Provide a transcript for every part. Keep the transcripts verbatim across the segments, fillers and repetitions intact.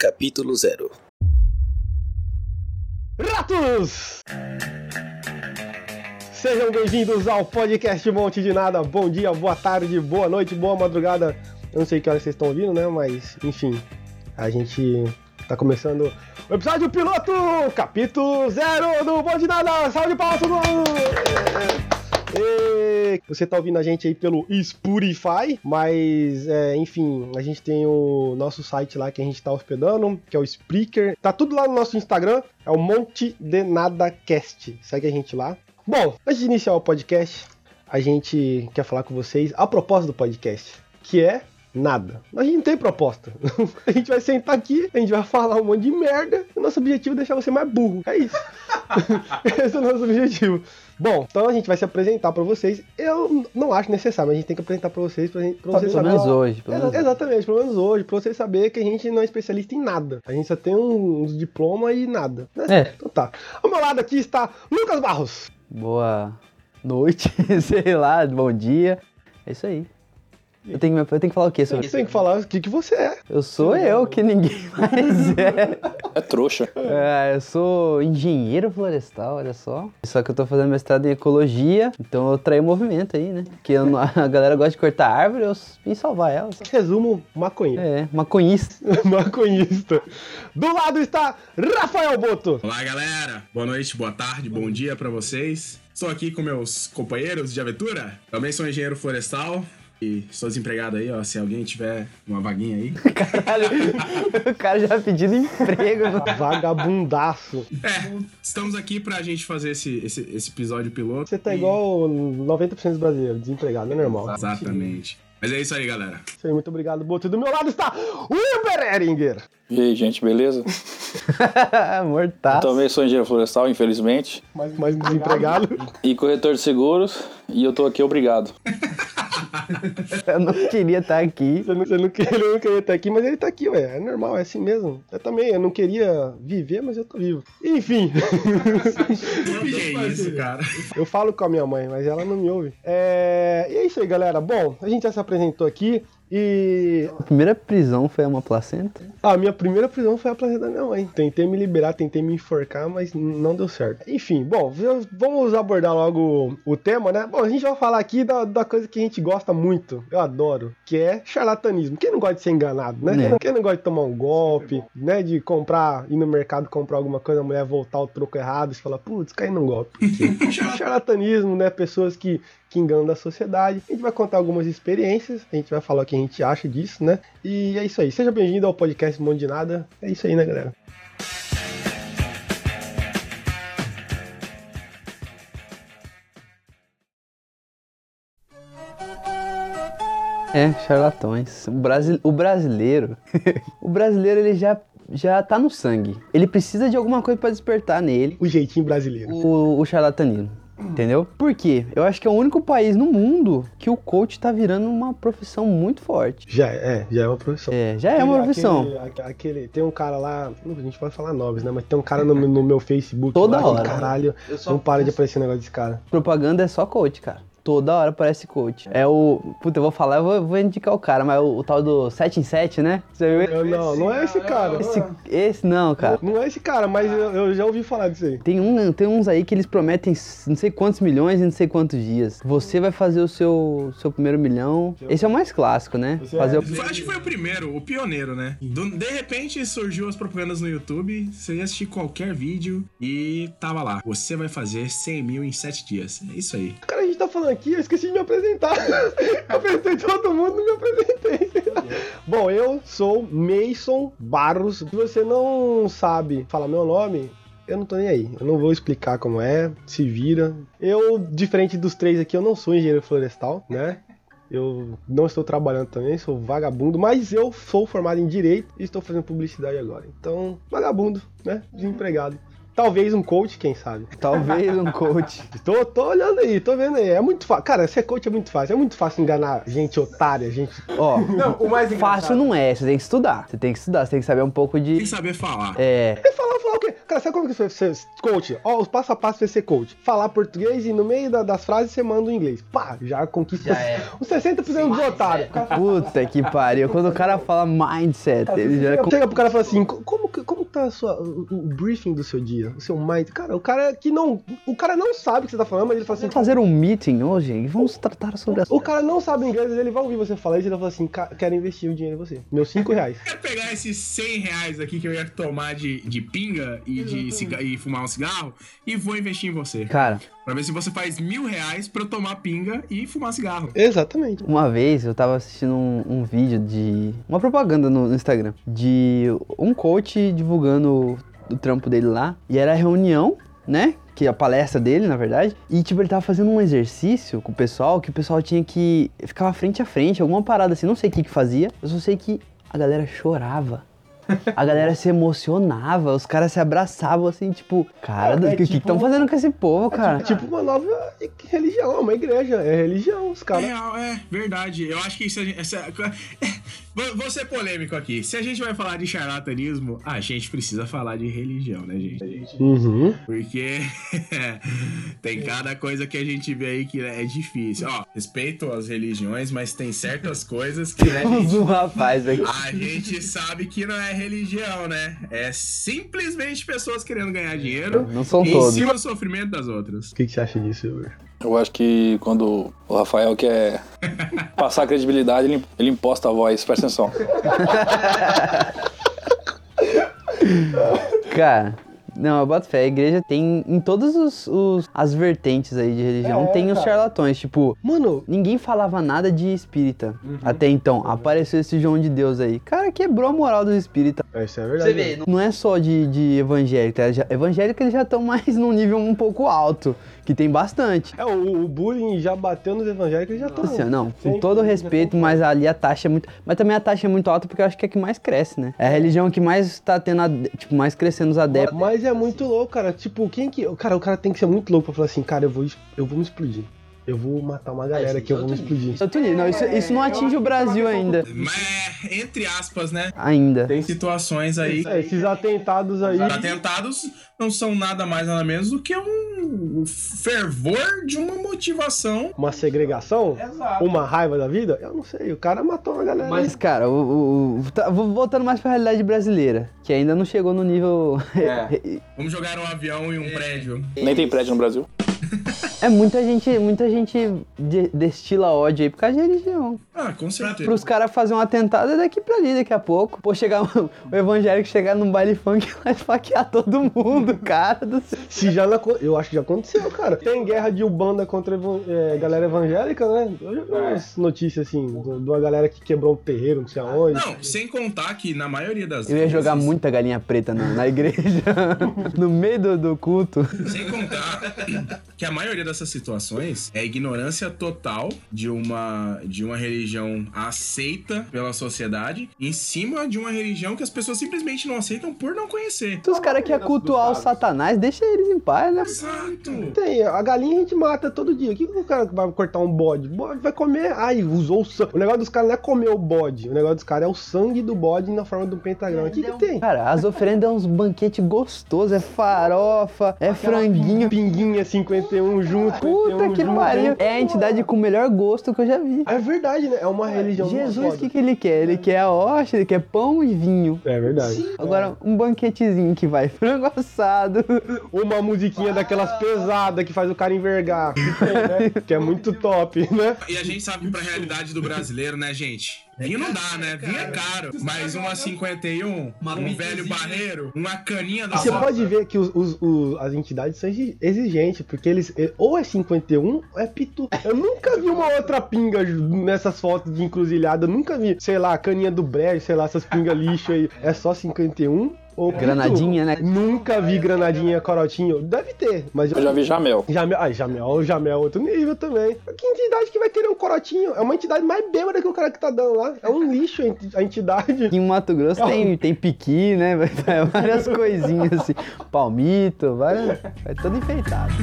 Capítulo zero. Ratos! Sejam bem-vindos ao podcast Monte de Nada. Bom dia, boa tarde, boa noite, boa madrugada. Eu não sei que hora vocês estão ouvindo, né? Mas, enfim, a gente tá começando o episódio piloto, capítulo zero do Monte de Nada. Salve de palmas, todo mundo! E você tá ouvindo a gente aí pelo Spotify, mas é, enfim, a gente tem o nosso site lá que a gente tá hospedando, que é o Spreaker. Tá tudo lá no nosso Instagram, é o Monte de Nada Cast. Segue a gente lá. Bom, antes de iniciar o podcast, a gente quer falar com vocês a proposta do podcast, que é nada. A gente não tem proposta. A gente vai sentar aqui, a gente vai falar um monte de merda, e o nosso objetivo é deixar você mais burro. É isso. Esse é o nosso objetivo. Bom, então a gente vai se apresentar pra vocês. Eu não acho necessário, mas a gente tem que apresentar pra vocês, pra, gente, pra vocês pelo saberem. menos hoje. Pelo menos Exatamente, pelo menos hoje, pra vocês saberem que a gente não é especialista em nada. A gente só tem uns um diplomas e nada. Né? É. Então tá. Ao meu lado aqui está Lucas Barros. Boa noite, sei lá, bom dia. É isso aí. Eu tenho, eu tenho que falar o quê sobre Você tem que falar o que, que você é. Eu sou eu, que ninguém mais é. É trouxa. É, eu sou engenheiro florestal, olha só. Só que eu tô fazendo mestrado em ecologia, então eu traí o movimento aí, né? Porque eu não- a galera gosta de cortar árvore, eu vim salvar elas. Resumo, maconha. É, maconhista. Maconhista. Do lado está Rafael Boto. Olá, galera. Boa noite, boa tarde, bom dia pra vocês. Estou aqui com meus companheiros de aventura. Também sou engenheiro florestal e estou desempregado aí, ó. Se alguém tiver uma vaguinha aí. Caralho, o cara já pedindo emprego. Vagabundaço. É, estamos aqui pra gente fazer esse, esse, esse episódio piloto. Você tá E- igual noventa por cento dos brasileiros, desempregado, é normal. Exatamente. Mas é isso aí, galera. Isso aí, muito obrigado, Boto. E do meu lado está Wilber Eringer. E aí, gente, beleza? Mortaço. Também sou engenheiro florestal, infelizmente, Mais, mais desempregado. e corretor de seguros, e eu tô aqui, obrigado. Eu não queria estar aqui. Você não, você não queria, ele não queria estar aqui, mas ele tá aqui, ué. É normal, é assim mesmo. Eu também, eu não queria viver, mas eu tô vivo. Enfim. Que é isso, cara? Eu falo com a minha mãe, mas ela não me ouve. É... E é isso aí, galera. Bom, a gente já se apresentou aqui e... A primeira prisão foi uma placenta. A minha primeira prisão foi a placenta da minha mãe. Tentei me liberar, tentei me enforcar, mas não deu certo. Enfim, bom, v- vamos abordar logo o tema, né? Bom, a gente vai falar aqui da, da coisa que a gente gosta muito, eu adoro, que é charlatanismo. Quem não gosta de ser enganado, né? É. Quem não gosta de tomar um golpe, né? De comprar, ir no mercado comprar alguma coisa, a mulher voltar o troco errado, você fala, putz, caí num golpe. Charlatanismo, né? Pessoas que, que enganam da sociedade. A gente vai contar algumas experiências, a gente vai falar o que a gente acha disso, né? E é isso aí. Seja bem-vindo ao podcast Monte de Nada. É isso aí, né, galera? É, charlatões. O, brasi- o brasileiro, o brasileiro ele já, já tá no sangue. Ele precisa de alguma coisa pra despertar nele O jeitinho brasileiro. o, o charlatanismo. Entendeu? Por quê? Eu acho que é o único país no mundo que o coach tá virando uma profissão muito forte. Já é, já é uma profissão. É, já é uma Aquele- profissão. Aquele, aque- aquele- tem um cara lá, não, a gente pode falar nomes, né? Mas tem um cara no, no meu Facebook Toda lá, que, hora. caralho, não para de aparecer o negócio desse cara. Propaganda é só coach, cara. Toda hora parece coach. É o... Puta, eu vou falar, eu vou, vou indicar o cara, mas o, o tal do sete em sete, né? Você viu? Eu, não, não é esse cara. Esse, esse não, cara. Não é esse cara, mas eu, eu já ouvi falar disso aí. Tem, um, tem uns aí que eles prometem não sei quantos milhões em não sei quantos dias. Você vai fazer o seu, seu primeiro milhão. Esse é o mais clássico, né? Você Fazer é- o... Foi- Acho que foi o primeiro, o pioneiro, né? Do- de repente surgiu as propagandas no YouTube, você ia assistir qualquer vídeo e tava lá. Você vai fazer cem mil em sete dias. É isso aí. Cara, a gente tá falando aqui, eu esqueci de me apresentar. Eu apresentei todo mundo, não me apresentei. Bom, eu sou Mason Barros. Se você não sabe falar meu nome, eu não tô nem aí. Eu não vou explicar como é, se vira. Eu, diferente dos três aqui, eu não sou engenheiro florestal, né? Eu não estou trabalhando também, sou vagabundo, mas eu sou formado em Direito e estou fazendo publicidade agora. Então, vagabundo, né? Desempregado. Talvez um coach, quem sabe. Talvez um coach. Tô, tô olhando aí, tô vendo aí. É muito fácil. Cara, ser coach é muito fácil. É muito fácil enganar gente otária, gente... Ó, Não, o mais fácil não é, você tem que estudar. Você tem que estudar, você tem que saber um pouco Tem de... que saber falar. É... E falar, falar o quê? Cara, sabe como que você ser coach? Ó, os passo a passo pra ser coach. Falar português e no meio da- das frases você manda o inglês. Pá, já conquista Já é. os sessenta por cento dos otários. Puta que pariu. Quando o cara fala mindset, ele já... Chega, chega pro cara e fala assim, "Co- como, que- como tá a sua, o, o briefing do seu dia? O seu mind? Cara, o cara que não... O cara não sabe o que você tá falando, mas ele fala assim... Vamos fazer um meeting hoje e vamos tratar sobre a... O cara não sabe inglês, mas ele vai ouvir você falar isso e ele vai falar assim, "Ca- quero investir o dinheiro em você. Meus cinco reais. Quero pegar esses cem reais aqui que eu ia tomar de, de pinga e, de ciga- e fumar um cigarro e vou investir em você. Cara, Pra ver se você faz mil reais pra eu tomar pinga e fumar cigarro. Exatamente. uma vez eu tava assistindo um, um vídeo de... Uma propaganda no, no Instagram. De um coach divulgando o, o trampo dele lá. E era a reunião, né? Que é a palestra dele, na verdade. E, tipo, ele tava fazendo um exercício com o pessoal, que o pessoal tinha que... Ficava frente a frente, alguma parada assim. Não sei o que que fazia. Eu só sei que a galera chorava. A galera se emocionava, os caras se abraçavam assim, tipo, cara, o É, é que que tipo- estão fazendo com esse povo, cara? É tipo uma nova religião, uma igreja. É religião, os caras... Real, é verdade. Eu acho que isso a gente, essa, vou, vou ser polêmico aqui. Se a gente vai falar de charlatanismo, a gente precisa falar de religião, né, gente? Uhum. Porque tem cada coisa que a gente vê aí que é difícil. Ó, respeito as religiões, mas tem certas coisas que a gente, Um rapaz aqui. a gente sabe que não é religião, né? É simplesmente pessoas querendo ganhar dinheiro Não são em todos. cima do sofrimento das outras. O que, que você acha disso, Silver? Eu acho que quando o Rafael quer passar credibilidade, ele, ele imposta a voz. Presta atenção. Cara, não, eu boto fé, a igreja tem em todas os, os- as vertentes aí de religião, É, tem os cara. charlatões, tipo, Mano, ninguém falava nada de espírita. Até então, apareceu esse João de Deus aí. Cara, quebrou a moral dos espíritas. isso é verdade. Você vê, não- Não é só de, de evangélico, tá? Já- evangélico eles já estão mais num nível um pouco alto, que tem bastante. É, o, o bullying já bateu nos evangélicos e já tá. Assim, ó, não, com Sempre, todo já respeito, tá- mas ali a taxa é muito... Mas também a taxa é muito alta porque eu acho que é a que mais cresce, né? É a religião que mais tá tendo, ade- tipo, mais crescendo os adeptos. Mas é muito louco, cara. Tipo, quem que. Cara, o cara tem que ser muito louco pra falar assim, cara, eu vou, es- eu vou me explodir. Eu vou matar uma galera aqui, eu vou me explodir. Outro nível. Não, isso, isso não atinge o Brasil ainda. Mas, entre aspas, né? Ainda. Tem situações aí. É, esses atentados aí. Os atentados não são nada mais nada menos do que um fervor de uma motivação. Uma segregação? Exato. Uma raiva da vida? Eu não sei. O cara matou uma galera. Mas, cara, o, o- o- tá- vou voltando mais pra realidade brasileira, que ainda não chegou no nível... É. Vamos jogar um avião em um prédio. Nem tem prédio no Brasil. É, muita gente, muita gente de- destila ódio aí por causa de religião. Ah, com certeza. Pros caras fazerem um atentado é daqui pra ali, daqui a pouco. Pô, chegar um- o evangélico chegar num baile funk e vai esfaquear todo mundo, cara do céu. Se já não, acon- eu acho que já aconteceu, cara. Tem guerra de Ubanda contra evan- é, galera evangélica, né? Eu já vi umas notícias assim, do- de uma galera que quebrou um terreiro, não sei aonde. Não, sem contar que na maioria das Eu ia jogar vezes- muita galinha preta na, na igreja, no meio do, do culto. Sem contar que a maioria dessas situações é ignorância total de uma, de uma religião aceita pela sociedade em cima de uma religião que as pessoas simplesmente não aceitam por não conhecer. Se os caras querem cultuar o satanás, deixa eles em paz, né? Exato. Tem, a galinha a gente mata todo dia. O que, que o cara vai cortar um bode? Bode vai comer. Ai, usou o sangue. O negócio dos caras não é comer o bode. O negócio dos caras é o sangue do bode na forma do pentagrama. O que, que tem? Cara, as oferendas é uns banquetes gostosos, é farofa, é franguinho. Pinguinha cinquenta e um junto. Puta cinquenta e um que junto. pariu. É a entidade com o melhor gosto que eu já vi. É verdade, né? É uma religião muito Jesus, o foda. que, que ele quer? Ele quer a hóstia, ele quer pão e vinho. É verdade. Agora, um banquetezinho que vai frango assado. Uma musiquinha daquelas pesadas que faz o cara envergar. Que tem, né? Que é muito top, né? E a gente sabe que pra realidade do brasileiro, né, gente? Vinho não dá, né? Vinho é caro. Mas uma cinquenta e um, um velho barreiro, uma caninha da Você pode ver que os, os- os- as entidades são exi- exigentes, porque eles eh, ou é cinquenta e um ou é pitu. Eu nunca vi uma outra pinga nessas fotos de encruzilhada, eu nunca vi, sei lá, a caninha do brejo, sei lá, essas pingas lixo aí. É só cinquenta e um Ô, Pinto, Granadinha, né? Nunca vi granadinha corotinho. Deve ter, mas... Eu já vi Jamel. Jamel, ai, Jamel, Jamel é outro nível também. Que entidade que vai querer um corotinho? É uma entidade mais bêbada que o cara que tá dando lá. É um lixo a entidade. Aqui em Mato Grosso tem, tem piqui, né? Várias coisinhas assim. Palmito, vai, vai todo enfeitado.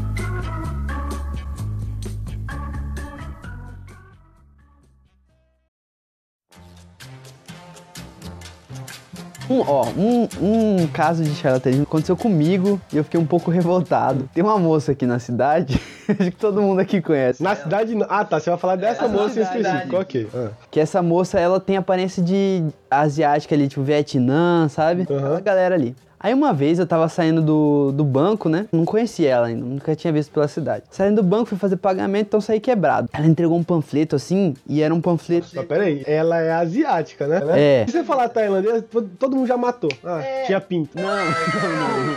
Um, ó, um, um caso de charlatanismo aconteceu comigo e eu fiquei um pouco revoltado. Tem uma moça aqui na cidade, acho que todo mundo aqui conhece. Na cidade... Ah, tá. Você vai falar dessa É, moça em cidade. específico. Ok. Ah. Que essa moça, ela tem aparência de asiática ali, tipo Vietnã, sabe? Uhum. Aquela galera ali. Aí uma vez eu tava saindo do, do banco, né? Não conhecia ela ainda, nunca tinha visto pela cidade. Saindo do banco, fui fazer pagamento, então saí quebrado. Ela entregou um panfleto assim, e era um panfleto... Mas peraí, ela é asiática, né? É. Se você falar tailandês, todo mundo já matou. Ah, tinha pinto. Não, não, não.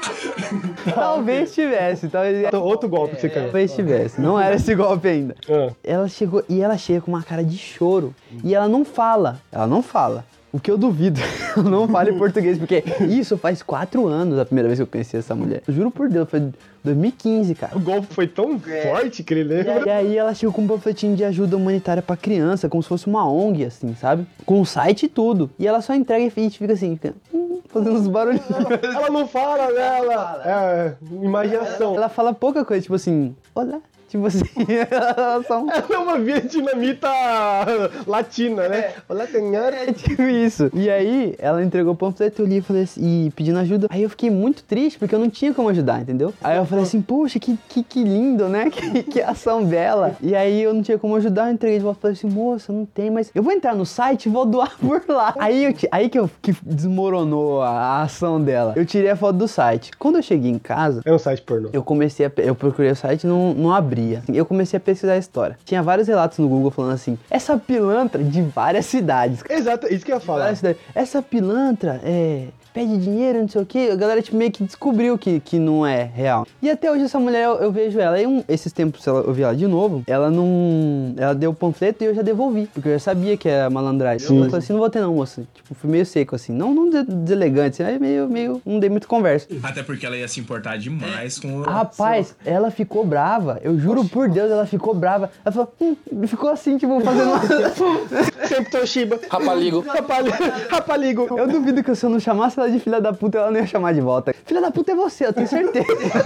Talvez tivesse, talvez... Outro golpe que você caiu. Talvez tivesse, não era esse golpe ainda. Ah. Ela chegou, e ela chega com uma cara de choro. E ela não fala, ela não fala. O que eu duvido, eu não falo em português, porque isso faz quatro anos a primeira vez que eu conheci essa mulher. Eu juro por Deus, foi dois mil e quinze, cara. O golpe foi tão forte que ele lembra. E aí ela chegou com um panfletinho de ajuda humanitária pra criança, como se fosse uma O N G, assim, sabe? Com o site e tudo. E ela só entrega e a gente fica assim, fica, hum, fazendo uns barulhinhos. Ela não fala, né? Ela é imaginação. Ela fala pouca coisa, tipo assim, olá. Tipo assim, ela só... Ela é uma vietnamita latina, né? Olá, senhora. É tipo isso. E aí, ela entregou o panfleto, eu li e falei assim, e pedindo ajuda. Aí eu fiquei muito triste, porque eu não tinha como ajudar, entendeu? Aí eu falei assim, poxa, que, que, que lindo, né? Que, que ação bela. E aí eu não tinha como ajudar, eu entreguei de volta e falei assim, moça, não tem, mas eu vou entrar no site e vou doar por lá. Aí, eu, aí que, eu, que desmoronou a, a ação dela. Eu tirei a foto do site. Quando eu cheguei em casa... É um site pornô. Eu comecei a... Eu procurei o site e não, não abria. Eu comecei a pesquisar a história. Tinha vários relatos no Google falando assim, essa pilantra de várias cidades. Exato, isso que eu ia falar. Várias cidades. Essa pilantra é... pede dinheiro, não sei o que, a galera tipo, meio que descobriu que, que não é real. E até hoje essa mulher, eu, eu vejo ela, e um, esses tempos ela, eu vi ela de novo, ela não... ela deu o panfleto e eu já devolvi, porque eu já sabia que era malandragem. Sim. Eu falei assim, não vou ter não, moça. Tipo, fui meio seco assim, não, não deselegante, assim, aí meio, meio, não dei muito conversa. Até porque ela ia se importar demais com o... Rapaz, ela ficou brava, eu juro por Deus, ela ficou brava. Ela falou, hum, ficou assim, tipo, fazendo uma... Sempre Toshiba. Rapaligo. Rapaligo. Rapaligo. Eu duvido que se eu não chamasse ela de filha da puta, ela não ia chamar de volta. Filha da puta é você, eu tenho certeza.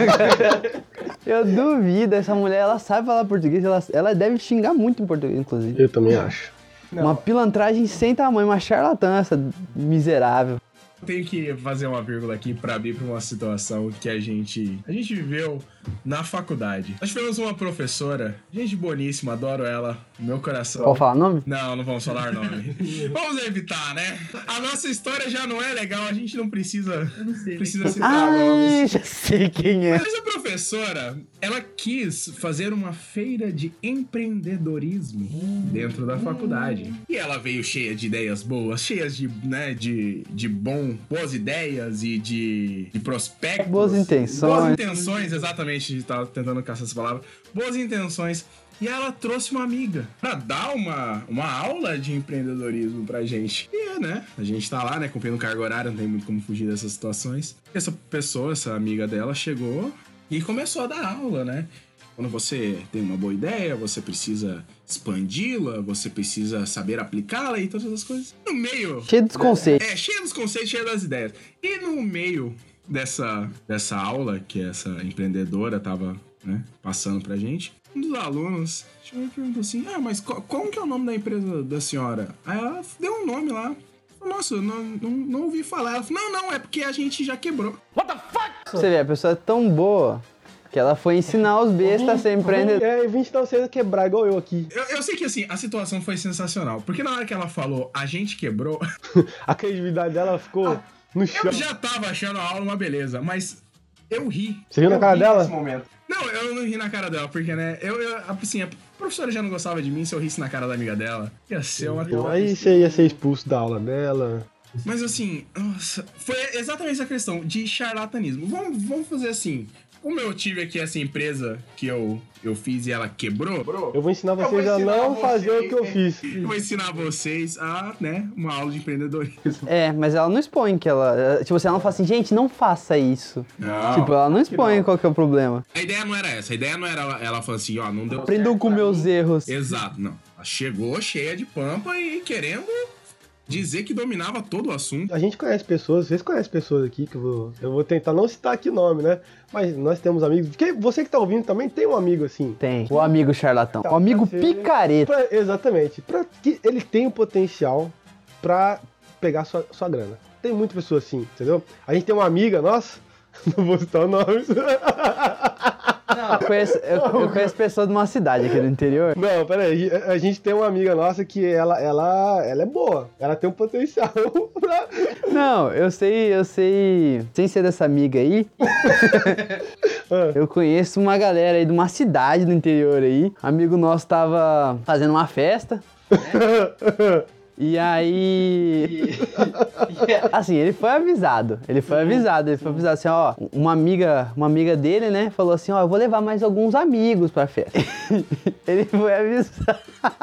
Eu duvido, essa mulher, ela sabe falar português, ela, ela deve xingar muito em português, inclusive. Eu também acho. Uma pilantragem sem tamanho, uma charlatã, essa miserável. Tenho que fazer uma vírgula aqui pra abrir pra uma situação que a gente a gente viveu na faculdade. Nós tivemos uma professora, gente boníssima, adoro ela, meu coração. Pode falar nome? Não, não vamos falar nome. Vamos evitar, né? A nossa história já não é legal, a gente não precisa, não sei, precisa citar nomes. Ah, já sei quem é. Mas a professora, ela quis fazer uma feira de empreendedorismo dentro da faculdade. E ela veio cheia de ideias boas, cheias de, né, de, de bom, boas ideias e de, de prospectos. Boas intenções. Boas intenções, exatamente, tava tentando caçar essa palavra. Boas intenções. E ela trouxe uma amiga pra dar uma, uma aula de empreendedorismo pra gente. E é, né? A gente tá lá, né? Cumprindo carga horária, não tem muito como fugir dessas situações. Essa pessoa, essa amiga dela, chegou e começou a dar aula, né? Quando você tem uma boa ideia, você precisa expandi-la, você precisa saber aplicá-la e todas as coisas. No meio... Cheio dos conceitos. É, cheio dos conceitos, cheio das ideias. E no meio dessa, dessa aula que essa empreendedora tava, né, passando pra gente, um dos alunos chegou e perguntou assim, ah, mas qual, como que é o nome da empresa da senhora? Aí ela deu um nome lá. Nossa, eu não, não, não ouvi falar. Ela falou, não, não, é porque a gente já quebrou. What the fuck? Você vê, a pessoa é tão boa que ela foi ensinar os bestas a ser empreendedor. É, e vim ensinar vocês a quebrar, igual eu aqui. Eu, eu sei que, assim, a situação foi sensacional. Porque na hora que ela falou, a gente quebrou... A credibilidade dela ficou no chão. Eu já tava achando a aula uma beleza, mas eu ri. Você viu na Eu cara ri dela? nesse momento. Não, eu não ri na cara dela, porque, né, eu, eu, assim, a professora já não gostava de mim, se eu risse na cara da amiga dela, ia ser uma... Aí você ia ser expulso da aula dela. Mas, assim, nossa, foi exatamente essa questão de charlatanismo. Vamos, vamos fazer assim... como eu tive aqui essa empresa que eu, eu fiz e ela quebrou, Eu vou ensinar Eu vou vocês a ensinar não vocês. fazer o que eu fiz. eu vou ensinar vocês a, né, uma aula de empreendedorismo. É, mas ela não expõe que ela... Tipo assim, ela não fala assim, gente, não faça isso. Não. Tipo, ela não expõe qual que é o problema. A ideia não era essa. A ideia não era ela, ela falar assim, ó, não deu Aprendam com meus erros. Exato, não. Ela chegou cheia de pampa e querendo dizer que dominava todo o assunto. A gente conhece pessoas, vocês conhecem pessoas aqui que eu vou, eu vou tentar não citar aqui nome, né? Mas nós temos amigos. Porque você que tá ouvindo também tem um amigo assim. Tem. O amigo charlatão. Tá, o amigo pra ser- picareta. Pra- exatamente. Pra que ele tem o potencial pra pegar sua, sua grana. Tem muita pessoa assim, entendeu? A gente tem uma amiga nossa, não vou citar nomes. Eu conheço, eu, eu conheço pessoas de uma cidade aqui do interior. Não, peraí. A a gente tem uma amiga nossa que ela, ela, ela é boa. Ela tem um potencial pra... Não, eu sei, eu sei. Sem ser dessa amiga aí, eu conheço uma galera aí de uma cidade do interior aí. Um amigo nosso tava fazendo uma festa. E aí. Assim, ele foi avisado. Ele foi avisado. Ele foi avisado assim, ó. Uma amiga, uma amiga dele, né? Falou assim, ó, eu vou levar mais alguns amigos pra festa. Ele foi avisado.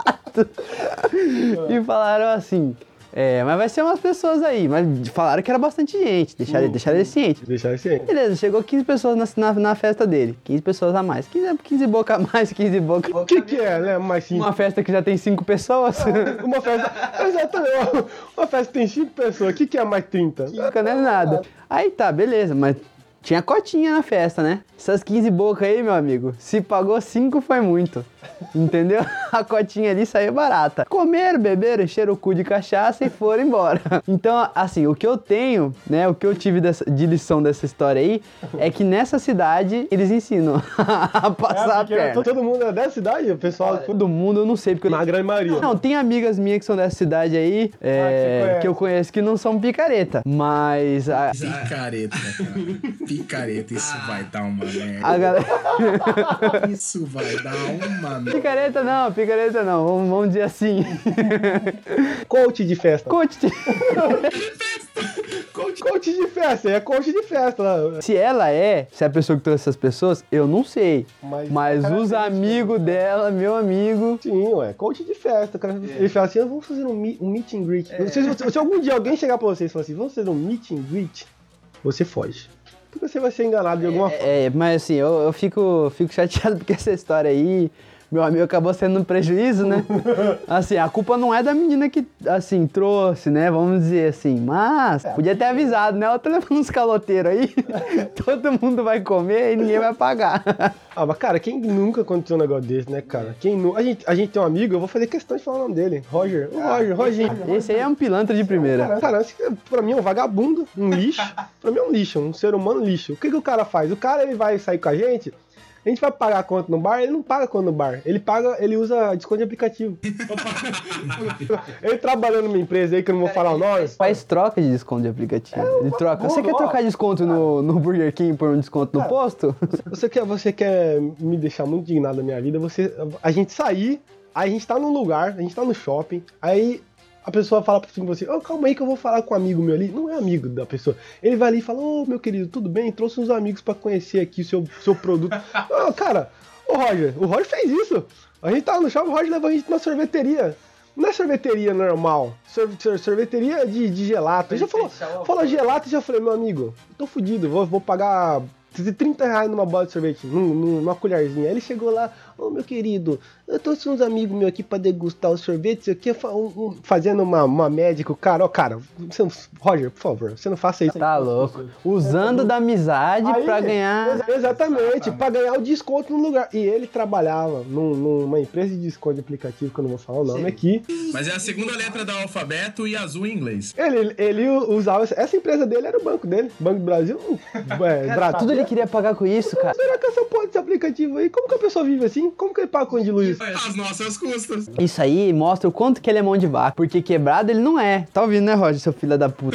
E falaram assim. É, mas vai ser umas pessoas aí. Mas falaram que era bastante gente. Deixaram, deixaram ele ciente. Deixar assim. Beleza, chegou quinze pessoas na, na, na festa dele. quinze pessoas a mais. quinze, quinze boca a mais, quinze boca. O que que é, né? Mais simples. Uma festa que já tem cinco pessoas. Uma festa. Exatamente. Uma festa que tem cinco pessoas. O que que é mais trinta? Nunca não é nada. Aí tá, beleza, mas tinha cotinha na festa, né? Essas quinze bocas aí, meu amigo, se pagou cinco foi muito. Entendeu? A cotinha ali saiu barata. Comeram, beberam, encheram o cu de cachaça e foram embora. Então, assim, o que eu tenho, né, o que eu tive dessa, de lição dessa história aí, é que nessa cidade eles ensinam a passar a porque perna. todo mundo é dessa cidade? O pessoal. Todo mundo, eu não sei, porque eu Na grande maioria. Não, tem amigas minhas que são dessa cidade aí, é, Ah, que você conhece. que eu conheço que não são picareta, mas a, Picareta, cara. Picareta, isso vai dar uma merda. a galera... Isso vai dar uma merda. Picareta não, picareta não, vamos, vamos dizer assim. Coach de festa. Coach, Coach, coach de festa. É coach de festa. Lá. se ela é, se é a pessoa que trouxe essas pessoas, eu não sei. Mas- Mas, os amigos dela, meu amigo... Sim, ué. Coach de festa. Cara. Ele fala assim: vamos fazer um, mi- um meet and greet. Se, se- se algum dia alguém chegar pra vocês e falar assim: vamos fazer um meet and greet, você foge. Porque você vai ser enganado de alguma forma. É, mas assim, eu, eu fico, fico chateado porque essa história aí, meu amigo acabou sendo um prejuízo, né? Assim, a culpa não é da menina que, assim, trouxe, né? Vamos dizer assim. Mas podia ter avisado, né? Eu tô levando uns caloteiros aí, todo mundo vai comer e ninguém vai pagar. Ah, mas cara, quem nunca aconteceu um negócio desse, né, cara? Quem nu... a, gente, a gente tem um amigo, eu vou fazer questão de falar o nome dele. Roger. O Roger, Roginho. Esse aí é um pilantra de primeira. Cara, cara, esse cara, pra mim é um vagabundo, um lixo. Pra mim é um lixo, um ser humano lixo. O que, que o cara faz? O cara, ele vai sair com a gente, a gente vai pagar a conta no bar, ele não paga a conta no bar. Ele paga, ele usa desconto de aplicativo. Ele trabalhando numa empresa aí que eu não vou falar o nome. Faz troca de desconto de aplicativo. Ele troca. Você quer ó. trocar desconto no, no Burger King por um desconto no posto? Você quer, você quer me deixar muito indignado da minha vida, você, a gente sair, aí a gente tá num lugar, a gente tá no shopping, aí a pessoa fala pra você, ô, calma aí que eu vou falar com um amigo meu ali. Não é amigo da pessoa. Ele vai ali e fala, ô, meu querido, tudo bem? Trouxe uns amigos pra conhecer aqui o seu, seu produto. Ah, cara, o Roger, o Roger fez isso. A gente tava no shopping, o Roger levou a gente na sorveteria. Não é sorveteria normal, sor, sor, sorveteria de, de gelato. Ele já falou, falou gelato e já falei, meu amigo, eu tô fudido, vou, vou pagar trinta reais numa bola de sorvete, num, numa colherzinha. Aí ele chegou lá, ô, meu querido, eu trouxe uns amigos meus aqui pra degustar o sorvete, isso aqui, um, um, fazendo uma, uma média com o cara. Ó, cara, você não, Roger, por favor, você não faça isso. Tá louco. Usando da amizade Aí, pra ganhar... exa- Exatamente, pra ganhar o desconto no lugar. E ele trabalhava num- numa empresa de desconto de aplicativo, que eu não vou falar o nome aqui. Mas é a segunda letra do alfabeto e azul em inglês. Ele, ele usava, essa empresa dele era o banco dele, Banco do Brasil. É, Bra- Tudo ele queria pagar com isso, cara. Será que essa porra desse aplicativo aí, como que a pessoa vive assim? Como que ele paga conta de luz? As nossas custas. Isso aí mostra o quanto que ele é mão de vaca. Porque quebrado ele não é. Tá ouvindo, né, Roger, seu filho da puta?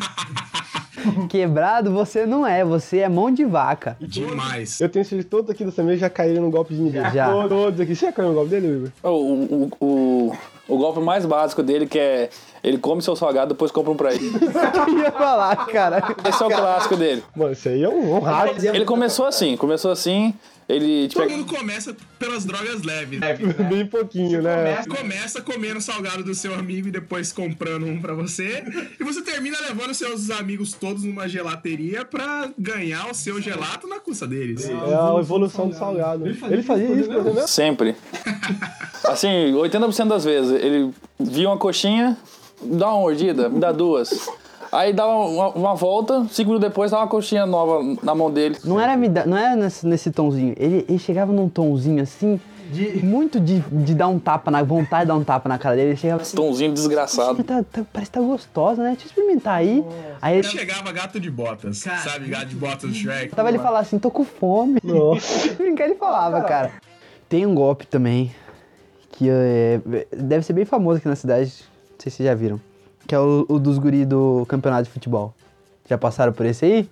Quebrado você não é, você é mão de vaca. Demais. Eu tenho certeza que todos aqui dessa mesa já caíram no golpe de ninguém. Já. Todos aqui. Você já caiu no golpe dele, Igor? O, o, o, o golpe mais básico dele, que é ele come seu salgado, depois compra um pra ele. Eu ia falar, cara. Esse é o clássico dele. Mano, isso aí é um rato. Ele começou assim, começou assim, ele... Tipo, Todo mundo começa pelas drogas leves. Bem pouquinho, né? Começa comendo o salgado do seu amigo e depois comprando um pra você. E você termina levando seus amigos todos numa gelateria pra ganhar o seu gelato na custa deles. É a evolução do salgado. Ele fazia isso, por exemplo? sempre. Assim, oitenta por cento das vezes, ele via uma coxinha, dá uma mordida, me dá duas. Aí dá uma, uma volta, cinco minutos depois dá uma coxinha nova na mão dele. Não era, me dar- não era nesse, nesse tomzinho. Ele, ele chegava num tomzinho assim, de, muito de, de dar um tapa, na vontade de dar um tapa na cara dele. Ele chegava assim, Tomzinho desgraçado. tá, tá- parece que tá gostosa, né? Deixa eu experimentar aí. Aí ele Chegava gato de botas, sabe? Gato de botas do Shrek. tava ele falar assim, tô com fome. Nossa. Brincar ele falava, cara. Tem um golpe também, que é, deve ser bem famoso aqui na cidade, não sei se vocês já viram. Que é o, o dos guri do campeonato de futebol. Já passaram por esse aí?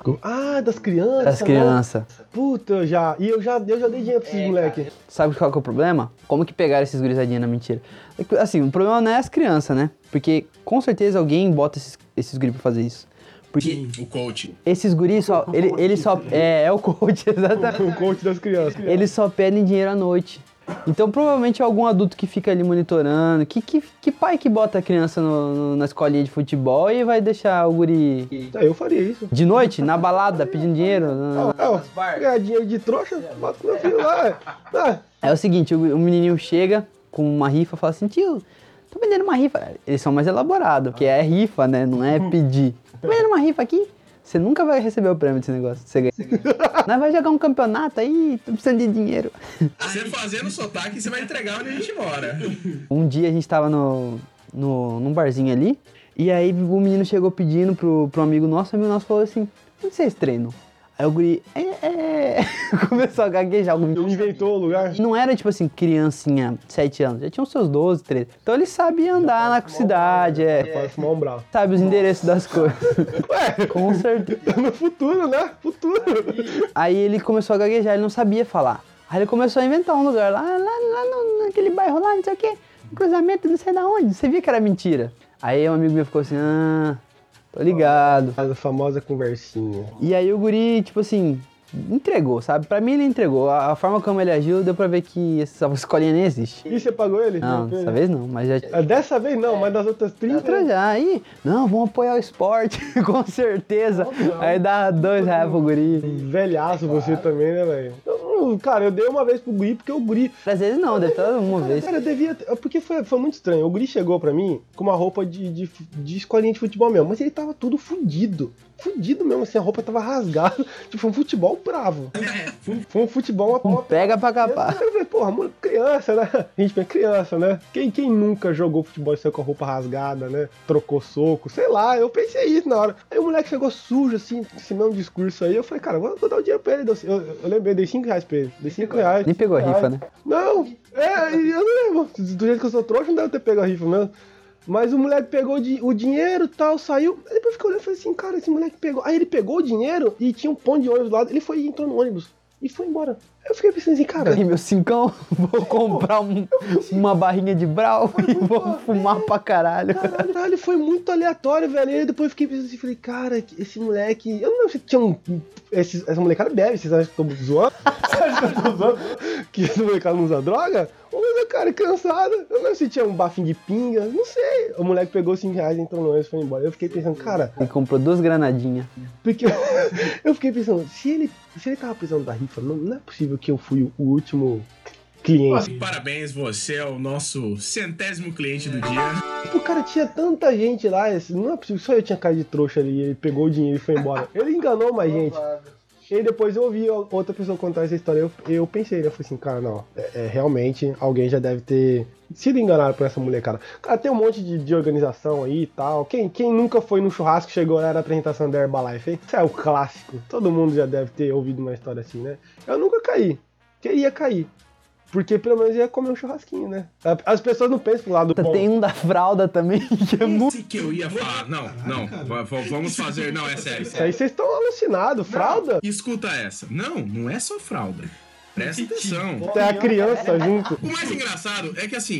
Ah, das crianças. Das né? crianças. Puta, eu já. E eu já, eu já dei dinheiro pra esses moleque. Sabe qual que é o problema? Como que pegaram esses gurizadinhos na mentira? É que, assim, o problema não é as crianças, né? Porque com certeza alguém bota esses, esses guris pra fazer isso. Porque O coach. esses guris só. Ele, ele só. É, é o coach, exatamente. O coach das crianças. Eles só pedem dinheiro à noite. Então provavelmente é algum adulto que fica ali monitorando. Que, que, que pai que bota a criança no- no- na escolinha de futebol e vai deixar o guri É, eu faria isso. de noite, na balada, pedindo dinheiro? Não, não. É, ó, ganhar dinheiro de trouxa, bota meu filho lá. Ah, É o seguinte, o, o menininho chega com uma rifa e fala assim, tio, tô vendendo uma rifa. Eles são mais elaborados, que é rifa, né? Não é pedir. Tô vendendo uma rifa aqui. Você nunca vai receber o prêmio desse negócio. Você ganha. Nós vai jogar um campeonato aí, tô precisando de dinheiro. Você fazendo sotaque, você vai entregar onde a gente mora. Um dia a gente tava no, no, num barzinho ali, e aí o menino chegou pedindo pro, pro amigo nosso, o amigo nosso falou assim, onde vocês treinam? Aí o guri, é, é... começou a gaguejar. ele inventou o lugar. E não era tipo assim, criancinha, sete anos, já tinha os seus doze, treze. Então ele sabia andar na cidade, é. Pode fumar um brau. Sabe os endereços das coisas. Ué, Com certeza. no futuro, né? Futuro. Aí ele começou a gaguejar, ele não sabia falar. Aí ele começou a inventar um lugar lá, lá, lá no, naquele bairro lá, não sei o quê, um cruzamento não sei da onde. Você via que era mentira. Aí um amigo meu ficou assim, ah, tô ligado. A famosa conversinha. E aí o guri, tipo assim, entregou, sabe? Pra mim ele entregou. A, a forma como ele agiu, deu pra ver que essa escolinha nem existe. E você pagou ele? Não, dessa vez não, mas já... Ah, Dessa vez não, mas das outras trinta. Outra já, aí, não, vamos apoiar o esporte, com certeza. Aí dá dois reais pro guri. Velhaço você também, né, velho? Eu, Cara, eu dei uma vez pro guri, porque o guri... Às vezes não, deve estar uma vez. Cara, eu devia... ter- Porque foi, foi muito estranho. O guri chegou pra mim com uma roupa de, de, de escolinha de futebol mesmo, mas ele tava tudo fudido. Fudido mesmo, assim, a roupa tava rasgada. Tipo, foi um futebol bravo. Foi, foi um futebol... Uma... Pega pra capar. Eu falei, porra, mano, criança, né? A gente é criança, né? Quem, quem nunca jogou futebol e saiu com a roupa rasgada, né? Trocou soco, sei lá, eu pensei isso na hora. Aí o moleque chegou sujo, assim, esse mesmo discurso aí. Eu falei, cara, vou, vou dar o dinheiro pra ele. Eu, eu, eu lembrei, dei cinco reais pra ele. Dei cinco reais. Nem pegou a rifa, né? Não, é, eu não lembro. Do jeito que eu sou trouxa, não deve ter pego a rifa mesmo. Mas o moleque pegou o di- o dinheiro e tal, saiu. Aí depois ficou olhando e falei assim, cara, esse moleque pegou. Aí ele pegou o dinheiro e tinha um ponto de ônibus do lado. Ele foi e entrou no ônibus e foi embora. Aí eu fiquei pensando assim, cara. Ganhei meu cincão, vou comprar um- uma barrinha de brau e vou fumar pra caralho. Caralho, foi muito aleatório, velho. E aí depois eu fiquei pensando assim, falei, cara, esse moleque. Eu não lembro se tinha um. Esse, essa molecada bebe, vocês acham que eu tô zoando? Vocês acham que eu tô zoando? Que esse molecada não usa droga? Ou usa, cara, cansada. Eu não lembro se tinha um bafinho de pinga, não sei. O moleque pegou cinco reais, entrou no ônibus e foi embora. Eu fiquei pensando, cara, E comprou duas granadinhas. porque eu, eu fiquei pensando, se ele, se ele tava precisando da rifa, não, não é possível que eu fui o último cliente. Parabéns, você é o nosso centésimo cliente do dia. Tipo, cara, tinha tanta gente lá, esse- não é possível, só eu tinha cara de trouxa ali, ele pegou o dinheiro e foi embora. Ele enganou mais gente. E aí depois eu ouvi outra pessoa contar essa história, eu, eu pensei, né, eu falei assim, cara, não, é, é, realmente alguém já deve ter sido enganado por essa molecada. Cara, tem um monte de, de organização aí e tal, quem, quem nunca foi no churrasco, chegou lá na apresentação da Herbalife, hein? Isso é o clássico, todo mundo já deve ter ouvido uma história assim, né? Eu nunca caí, queria cair. Porque pelo menos ia comer um churrasquinho, né? As pessoas não pensam pro lado bom. Tem um da fralda também, que é muito... Esse que eu ia falar. Não, não. va- va- Vamos fazer. Não, é sério. Isso aí vocês estão alucinados, fralda? Escuta essa. Não, não é só fralda. Presta atenção. Tem a criança junto. O mais engraçado é que assim,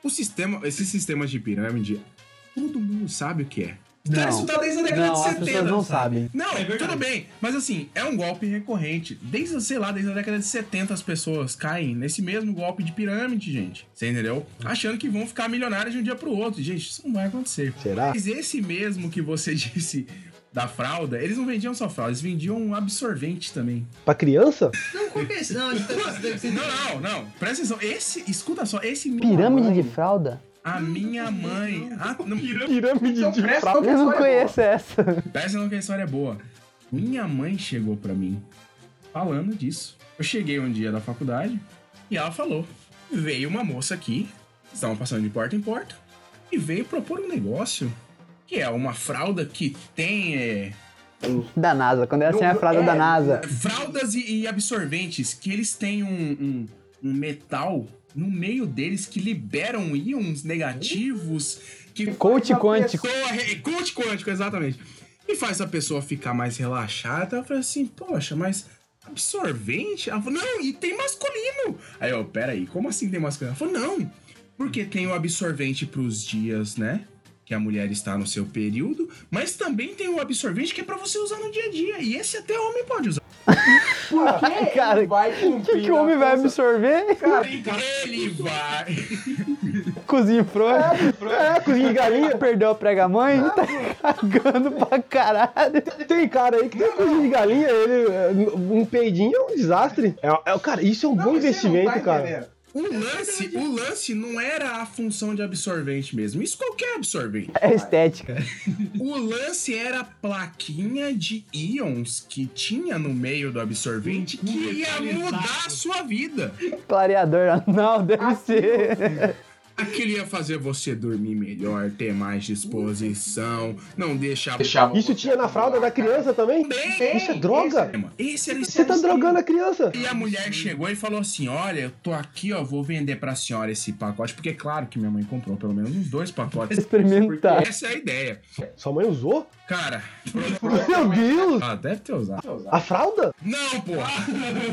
O sistema, esse sistema de pirâmide, todo mundo sabe o que é. Não, Isso tá desde a década não de as setenta. pessoas não sabem. Não, é tudo bem. Mas assim, é um golpe recorrente. Desde, sei lá, desde a década de setenta as pessoas caem nesse mesmo golpe de pirâmide, gente. Você entendeu? Achando que vão ficar milionários de um dia pro outro. Gente, isso não vai acontecer. Será? Mas esse mesmo que você disse da fralda, eles não vendiam só fralda, eles vendiam um absorvente também. Pra criança? Não, qual que é esse? Não, isso deve ser... Não, não, não. Presta atenção. Esse, escuta só, esse... Pirâmide de fralda? A minha mãe... Ah, não, Pirâmide de fralda. Eu não conheço essa. presta atenção que a história é boa. Minha mãe chegou pra mim falando disso. Eu cheguei um dia da faculdade e ela falou: veio uma moça aqui, estavam passando de porta em porta, e veio propor um negócio que é uma fralda que tem é, Da NASA, quando é assim a fralda da NASA. fraldas e, e absorventes que eles têm um, um, um metal no meio deles que liberam íons negativos que Coach faz a quântico. pessoa re- coach quântico, exatamente. E faz a pessoa ficar mais relaxada. Eu falei assim, poxa, mas absorvente? Ela falou, não, e tem masculino. Aí eu, peraí, como assim tem masculino? Ela falou, não, porque tem o absorvente pros dias, né? Que a mulher está no seu período, mas também tem o absorvente que é pra você usar no dia a dia. E esse até homem pode usar. Cara, vai o que, que o homem vai absorver? Ele vai. Cozinha frouxa. É, cozinha de galinha. Perdeu a prega-mãe, tá cagando pra caralho. Tem cara aí que tem cozinha de galinha, ele, um peidinho é um desastre. É, é, cara, isso é um bom investimento, cara. O lance, o lance não era a função de absorvente mesmo. Isso qualquer absorvente. É estética. O lance era a plaquinha de íons que tinha no meio do absorvente que ia mudar a sua vida. Clareador anal deve ser. Aquilo ia fazer você dormir melhor, ter mais disposição, não deixar... Isso tinha na fralda da criança também? Bem, Isso é droga? Esse era o Você tá drogando a criança. E a mulher chegou e falou assim, olha, eu tô aqui, ó, vou vender pra senhora esse pacote, porque é claro que minha mãe comprou pelo menos uns dois pacotes. Experimentar. Essa é a ideia. Sua mãe usou? Cara, Meu Deus! ah, deve ter usado. A fralda? Não, porra!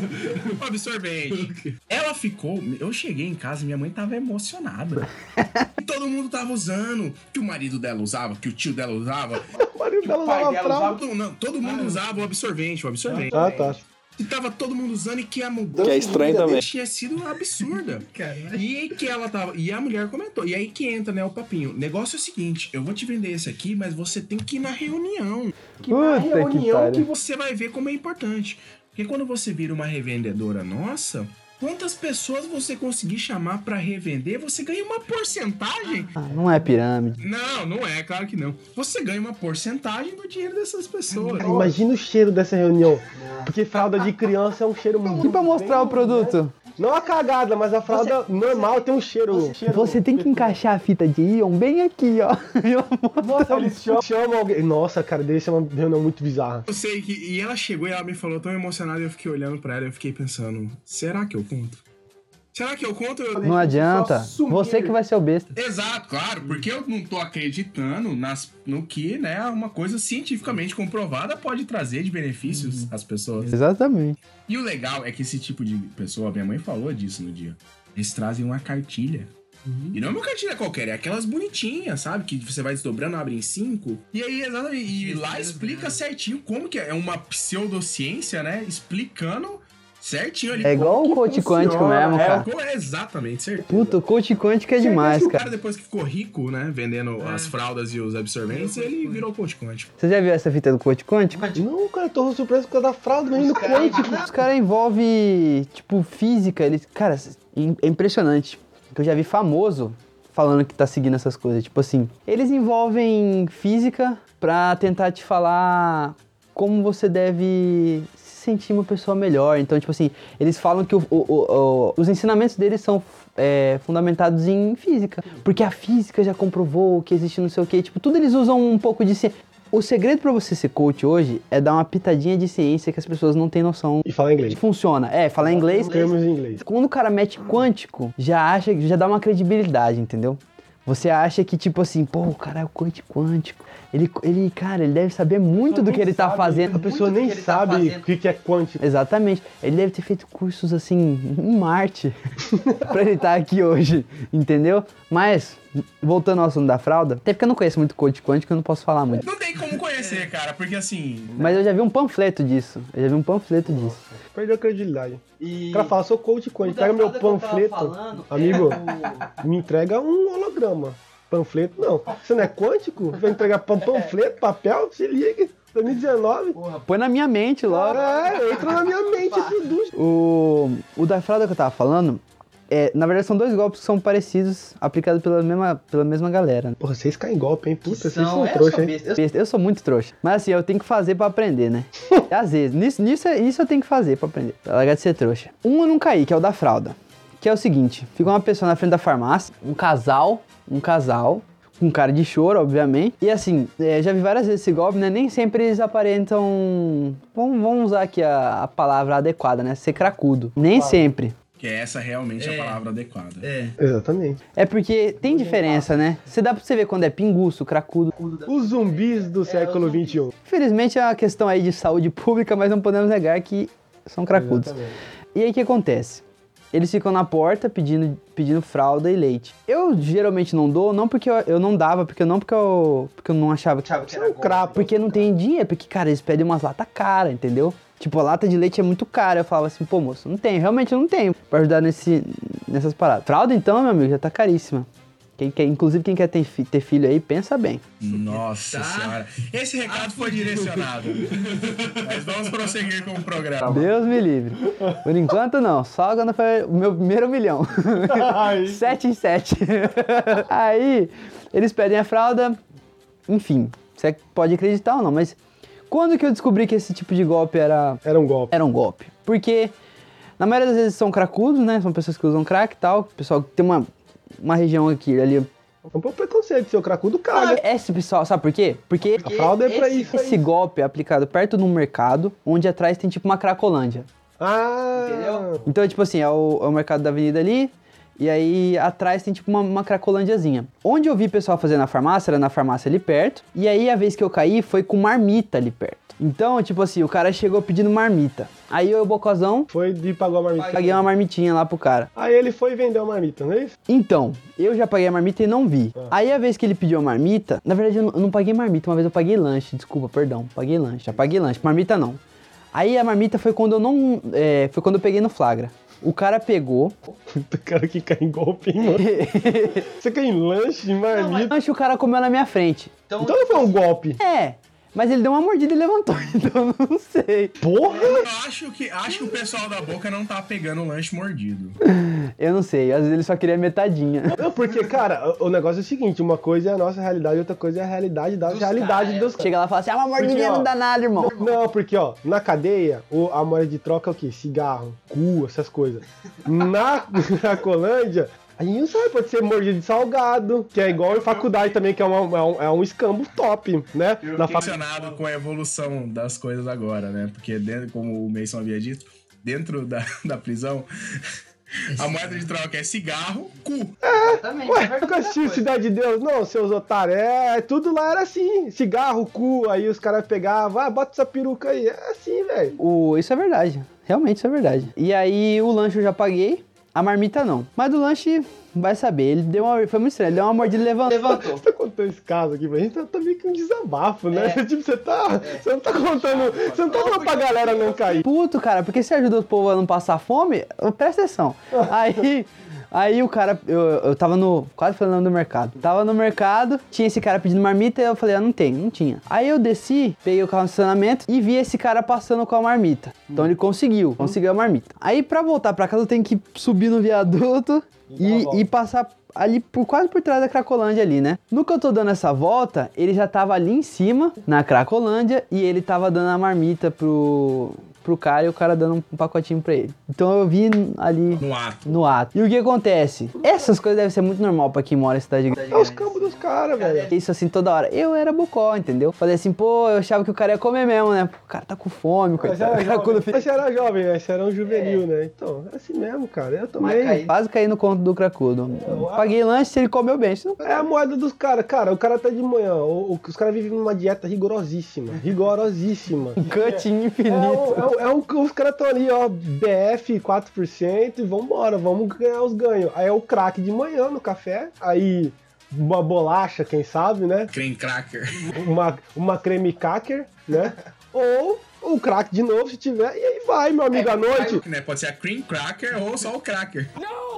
O absorvente. Ela ficou. Eu cheguei em casa e minha mãe tava emocionada. E todo mundo tava usando. Que o marido dela usava, que o tio dela usava. O marido dela usava a fralda. Todo, não, todo mundo usava o absorvente, o absorvente. Ah, tá. E tava todo mundo usando e que a mudança Que é estranho de vida também. dele tinha sido absurda. E aí que ela tava. E a mulher comentou. E aí que entra, né, o papinho. O negócio é o seguinte: eu vou te vender esse aqui, mas você tem que ir na reunião. Que na Puta que reunião que pariu. você vai ver como é importante. Porque quando você vira uma revendedora nossa, quantas pessoas você conseguir chamar pra revender, você ganha uma porcentagem. Ah, não é pirâmide. Não, não é, claro que não. Você ganha uma porcentagem do dinheiro dessas pessoas. Cara, imagina o cheiro dessa reunião. Porque fralda de criança é um cheiro muito. E pra mostrar o produto? Não a cagada, mas a fralda normal tem um cheiro. Você tem que encaixar a fita de íon bem aqui, ó. Nossa, eles chamam, chamam alguém. Nossa, cara, deve ser uma reunião muito bizarra. Eu sei que... E ela chegou e ela me falou tão emocionada e eu fiquei olhando pra ela e eu fiquei pensando, será que eu conto? Será que eu conto? Eu... Não adianta. Você que vai ser o besta. Exato, claro, porque eu não tô acreditando nas, no que, né, uma coisa cientificamente comprovada pode trazer de benefícios às pessoas. Exatamente. E o legal é que esse tipo de pessoa, minha mãe falou disso no dia, eles trazem uma cartilha. E não é uma cartilha qualquer, é aquelas bonitinhas, sabe? Que você vai desdobrando, abre em cinco. E aí, exatamente, e lá explica certinho como que é. É uma pseudociência, né? Explicando certinho ali. É igual como o coach que quântico funciona. mesmo, É, cara. como- é exatamente, certo. Puta, o coach quântico é demais, O cara, cara. depois que ficou rico, né? Vendendo as fraldas e os absorventes, ele virou coach quântico. Você já viu essa fita do coach quântico? Não, cara, eu tô surpreso por causa da fralda, menino quântico. Os caras envolvem, tipo, física. Eles, cara, é impressionante. Que eu já vi famoso falando que tá seguindo essas coisas. Tipo assim, eles envolvem física pra tentar te falar como você deve se sentir uma pessoa melhor. Então, tipo assim, eles falam que o, o- o- o- os ensinamentos deles são é, fundamentados em física. Porque a física já comprovou que existe não sei o quê. Tipo, tudo eles usam um pouco de ciência. O segredo pra você ser coach hoje é dar uma pitadinha de ciência que as pessoas não têm noção E falar inglês. que funciona. É, falar inglês. Termos em inglês. Quando o cara mete quântico, já acha, já dá uma credibilidade, entendeu? você acha que, tipo assim, pô, o cara é o coach quântico. Ele, ele, cara, ele deve saber muito do que ele tá fazendo. A pessoa nem sabe o que que é quântico. Exatamente. Ele deve ter feito cursos, assim, em Marte pra ele estar aqui hoje, entendeu? Mas, voltando ao assunto da fralda, até porque eu não conheço muito coach quântico, eu não posso falar muito. Não tem como conhecer, cara, porque assim... Mas eu já vi um panfleto disso. Eu já vi um panfleto disso. Perdeu a credibilidade. E... O cara fala, sou coach quântico, pega meu panfleto. Amigo, me entrega um holograma. Panfleto, não. Você não é quântico? Vai entregar pan- panfleto, papel? Se liga. dois mil e dezenove. Porra, põe na minha mente logo. É, entra na minha mente e produz. O, o da fralda que eu tava falando, é, na verdade são dois golpes que são parecidos, aplicados pela mesma, pela mesma galera. Porra, vocês caem em golpe, hein? Puta, vocês São- são é, trouxa, eu hein? sou besta. Eu sou muito trouxa. Mas assim, eu tenho que fazer pra aprender, né? Às vezes, nisso, nisso, isso eu tenho que fazer pra aprender. Pra largar de ser trouxa. Um eu não caí, que é o da fralda. Que é o seguinte, fica uma pessoa na frente da farmácia, um casal, um casal... com cara de choro, obviamente. E assim, é, já vi várias vezes esse golpe, né? Nem sempre eles aparentam... Vamos, vamos usar aqui a, a palavra adequada, né? Ser cracudo. Nem sempre. Que essa realmente é a palavra adequada. É. Exatamente. É porque tem diferença, né? Você dá pra você ver quando é pinguço, cracudo. Os zumbis do século vinte e um. Infelizmente é uma questão aí de saúde pública, mas não podemos negar que são cracudos. Exatamente. E aí o que acontece? Eles ficam na porta pedindo, pedindo fralda e leite. Eu geralmente não dou, não porque eu, eu não dava, porque não porque eu, porque eu não achava que... Você é um crapo. Porque não tem dinheiro, porque, cara, eles pedem umas latas caras, entendeu? Tipo, a lata de leite é muito cara. Eu falava assim, pô, moço, não tenho, realmente eu não tenho pra ajudar nesse, nessas paradas. Fralda, então, meu amigo, já tá caríssima. Quem quer, inclusive, quem quer ter, fi- ter filho aí, pensa bem. Nossa Tá. senhora. Esse recado foi direcionado. Mas vamos prosseguir com o programa. Deus me livre. Por enquanto, não. Só quando foi o meu primeiro milhão. Sete em sete. Aí, eles pedem a fralda. Enfim, você pode acreditar ou não, mas... Quando que eu descobri que esse tipo de golpe era... Era um golpe. era um golpe? Porque, na maioria das vezes, são cracudos, né? São pessoas que usam crack e tal. Pessoal que tem uma, uma região aqui, ali... É um pouco preconceito, seu cracudo caga. Esse pessoal, sabe por quê? Porque A fralda é pra esse, isso. esse golpe é aplicado perto de um mercado, onde atrás tem tipo uma cracolândia. Ah, Entendeu? Então, tipo assim, é o, é o mercado da avenida ali, e aí atrás tem tipo uma, uma cracolândiazinha. Onde eu vi o pessoal fazendo na farmácia, era na farmácia ali perto, e aí a vez que eu caí foi com marmita ali perto. Então, tipo assim, o cara chegou pedindo marmita. Aí eu, bocozão, foi de pagar a marmita. paguei uma marmitinha lá pro cara. Aí ele foi vender a marmita, não é isso? Então, eu já paguei a marmita e não vi. Aí a vez que ele pediu a marmita, na verdade eu não, eu não paguei marmita, uma vez eu paguei lanche, desculpa, perdão, paguei lanche, já paguei lanche, marmita não. Aí a marmita foi quando eu não, é, foi quando eu peguei no flagra. O cara pegou... O cara que cai em golpe, hein, mano? Você cai em lanche, em marmita. Lanche o cara comeu na minha frente. Então não foi um golpe. É, mas ele deu uma mordida e levantou, então eu não sei. Porra! Eu acho que, acho que o pessoal da boca não tá pegando o lanche mordido. Eu não sei, às vezes ele só queria metadinha. Não, porque, cara, o o negócio é o seguinte, uma coisa é a nossa realidade, outra coisa é a realidade da realidade dos caras. Chega lá e fala assim, ah, uma mordidinha Porque, ó, não dá nada, irmão. Não, porque, ó, na cadeia, o, a moeda de troca é o quê? Cigarro, cu, essas coisas. Na Cracolândia, a gente não sabe, pode ser mordida de salgado, que é igual em faculdade também, que é, uma- é um, é um escambo top, né? Eu Na fiquei fac... impressionado com a evolução das coisas agora, né? Porque, dentro, como o Mason havia dito, dentro da, da prisão, a moeda de troca é cigarro, cu. Ué, nunca assistiu Cidade de Deus? Não, seus otários. É, tudo lá era assim. Cigarro, cu, aí os caras pegavam, ah, bota essa peruca aí. É assim, velho. O, isso é verdade, realmente isso é verdade. E aí o lanche eu já paguei, a marmita não. Mas do lanche, vai saber, ele deu uma, foi muito estranho, ele deu uma mordida e levantou. Você tá contando esse caso aqui pra gente, tá, tá meio que um desabafo, né? Tipo, você tá. Você não tá contando. Você não tá falando pra galera não cair. Puto, cara, porque se ajuda o povo a não passar fome, presta atenção. Aí, aí o cara, eu, eu tava no, quase falando do mercado. Tava no mercado, tinha esse cara pedindo marmita e eu falei, ah, não tem, não tinha. Aí eu desci, peguei o carro no estacionamento e vi esse cara passando com a marmita. Então ele conseguiu, conseguiu a marmita. Aí pra voltar pra casa eu tenho que subir no viaduto e, e passar ali por, quase por trás da Cracolândia ali, né? No que eu tô dando essa volta, ele já tava ali em cima, na Cracolândia, e ele tava dando a marmita pro... pro cara e o cara dando um pacotinho pra ele. Então eu vi ali No ato. no ato. E o que acontece? Essas coisas devem ser muito normal pra quem mora em cidade grande. É os campos dos caras, velho. Isso assim toda hora. Eu era bocó, entendeu? Falei assim, pô, eu achava que o cara ia comer mesmo, né? O cara tá com fome, Mas coitado. era Cara, quando jovem, mas você era jovem, né? Você era um juvenil, né? Então, é assim mesmo, cara. Eu também. Quase caí no conto do cracudo. Paguei lanche se ele comeu bem. senão- É a moeda dos caras. Cara, o cara tá de manhã. O- o- os caras vivem numa dieta rigorosíssima. Rigorosíssima. Cutting É, infinito. um, é, um, é um- os caras estão ali, ó, B F quatro por cento e vambora, vamos ganhar os ganhos. Aí é o crack de manhã no café, aí uma bolacha, quem sabe, né? Creme cracker. Uma, uma creme cracker, né? Ou o crack de novo, se tiver, e aí vai, meu amigo, à noite. Né? Pode ser a cream cracker ou só o cracker.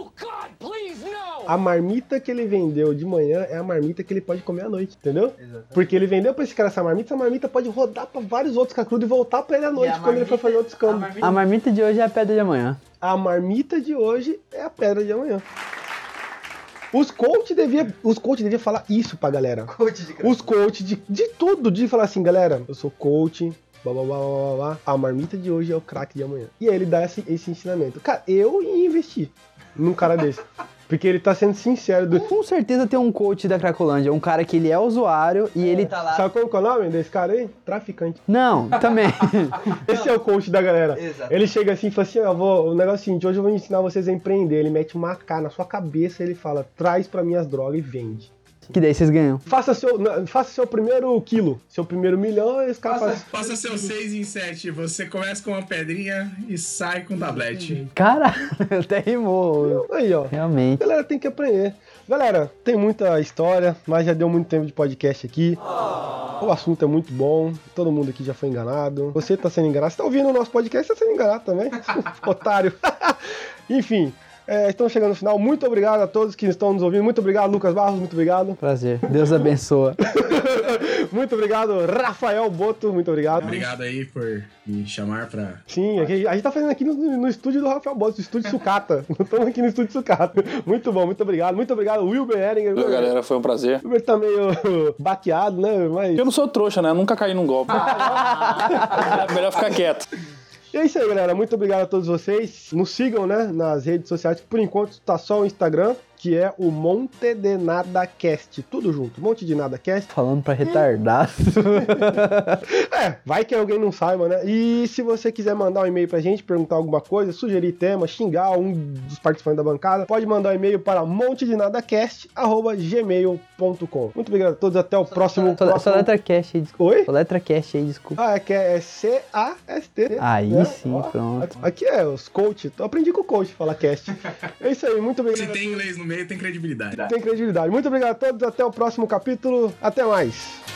A marmita que ele vendeu de manhã é a marmita que ele pode comer à noite, entendeu? Porque ele vendeu pra esse cara essa marmita, essa marmita pode rodar pra vários outros cacrudos e voltar pra ele à noite quando ele for fazer outros campos. A marmita de hoje é a pedra de amanhã. A marmita de hoje é a pedra de amanhã. Os coach devia, os coach devia falar isso pra galera. Os coach de, de tudo, de falar assim, galera, eu sou coach, blá, blá, blá, blá, blá, a marmita de hoje é o craque de amanhã. E aí ele dá esse, esse ensinamento. Cara, eu ia investir num cara desse. Porque ele tá sendo sincero. Do... Com certeza tem um coach da Cracolândia, um cara que ele é usuário e ele tá lá. Sabe qual que é o nome desse cara aí? Traficante. Não, também. Esse é o coach da galera. Exato. Ele chega assim e fala assim, ó, vou, o negócio é o seguinte, hoje eu vou ensinar vocês a empreender. Ele mete uma K na sua cabeça e ele fala, traz pra mim as drogas e vende. Que daí vocês ganham. Faça seu, na- faça seu primeiro quilo, seu primeiro milhão, e esse cara faz... Passa seu seis em sete. Você começa com uma pedrinha e sai com um tablete. Cara, até rimou. Aí, ó. Realmente. Galera, tem que aprender. Galera, tem muita história, mas já deu muito tempo de podcast aqui. O assunto é muito bom, todo mundo aqui já foi enganado. Você tá sendo enganado, você tá ouvindo o nosso podcast, tá sendo enganado também. Otário. Enfim, é, estamos chegando no final. Muito obrigado a todos que estão nos ouvindo. Muito obrigado, Lucas Barros, muito obrigado. Prazer. Deus abençoa. Muito obrado, Rafael Boto, muito obrigado. Obrigado aí por me chamar pra... Sim, aqui- a gente tá fazendo aqui no, no estúdio do Rafael Boto, no estúdio Sucata. Estamos aqui no estúdio Sucata. Muito bom, muito obrigado. Muito obrigado, Wilber Ehringer. Valeu, galera, foi um prazer. O Wilber tá meio baqueado, né? Mas... Eu não sou trouxa, né? Eu nunca caí num golpe. É melhor ficar quieto. E é isso aí, galera. Muito obrigado a todos vocês. Nos sigam, né, nas redes sociais, que por enquanto tá só o Instagram, que é o Monte de Nada Cast. Tudo junto, Monte de Nada Cast. Falando pra retardar. É, vai que alguém não saiba, né? E se você quiser mandar um e-mail pra gente, perguntar alguma coisa, sugerir tema, xingar um dos participantes da bancada, pode mandar um e-mail para montedinadacast arroba gmail ponto com. Muito obrigado a todos, até o próximo... Só, só próximo... letra cast aí, desculpa. Oi? Só letra cast aí, desculpa. Ah, é que é C A S T. Aí né? sim, Ó, pronto. Aqui é os coach. Eu aprendi com o coach falar cast. É isso aí, muito obrigado. Se tem inglês no meio, tem credibilidade. Tem credibilidade. Muito obrigado a todos, até o próximo capítulo. Até mais.